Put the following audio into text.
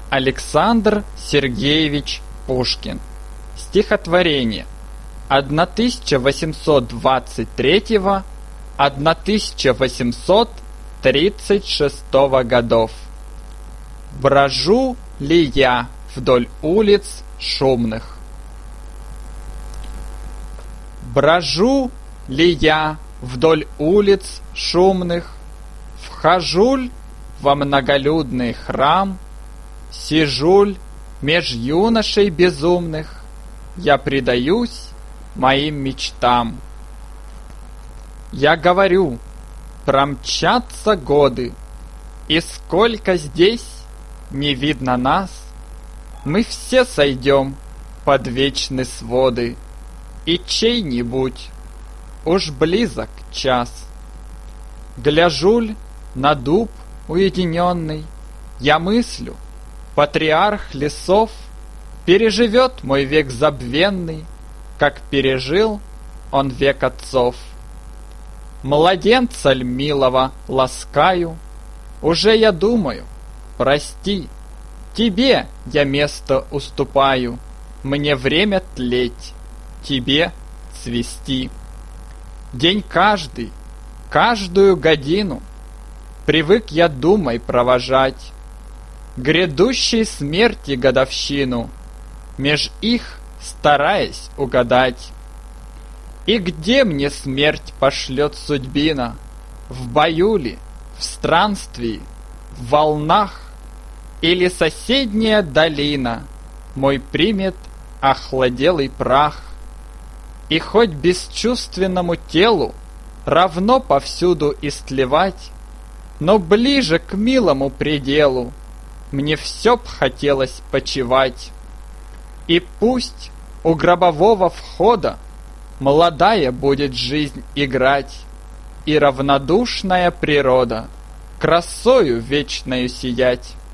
Александр Сергеевич Пушкин. Стихотворение 1836 годов. Брожу ли я вдоль улиц шумных? Брожу ли я вдоль улиц шумных? Вхожу-ль во многолюдный храм? Сижу-ль меж юношей безумных? Я предаюсь моим мечтам. Я говорю, промчатся годы, и сколько здесь не видно нас, мы все сойдем под вечные своды, и чей-нибудь уж близок час. Гляжу-ль на дуб уединенный, я мыслю, патриарх лесов переживет мой век забвенный, как пережил он век отцов. Младенца ль милого ласкаю, уже я думаю, прости, тебе я место уступаю, мне время тлеть, тебе цвести. День каждый, каждую годину привык я думой провожать, грядущей смерти годовщину, меж их стараясь угадать. И где мне смерть пошлет судьбина? В бою ли, в странствии, в волнах? Или соседняя долина мой примет охладелый прах? И хоть бесчувственному телу равно повсюду истлевать, но ближе к милому пределу мне все б хотелось почивать. И пусть у гробового входа молодая будет жизнь играть, и равнодушная природа красою вечною сиять.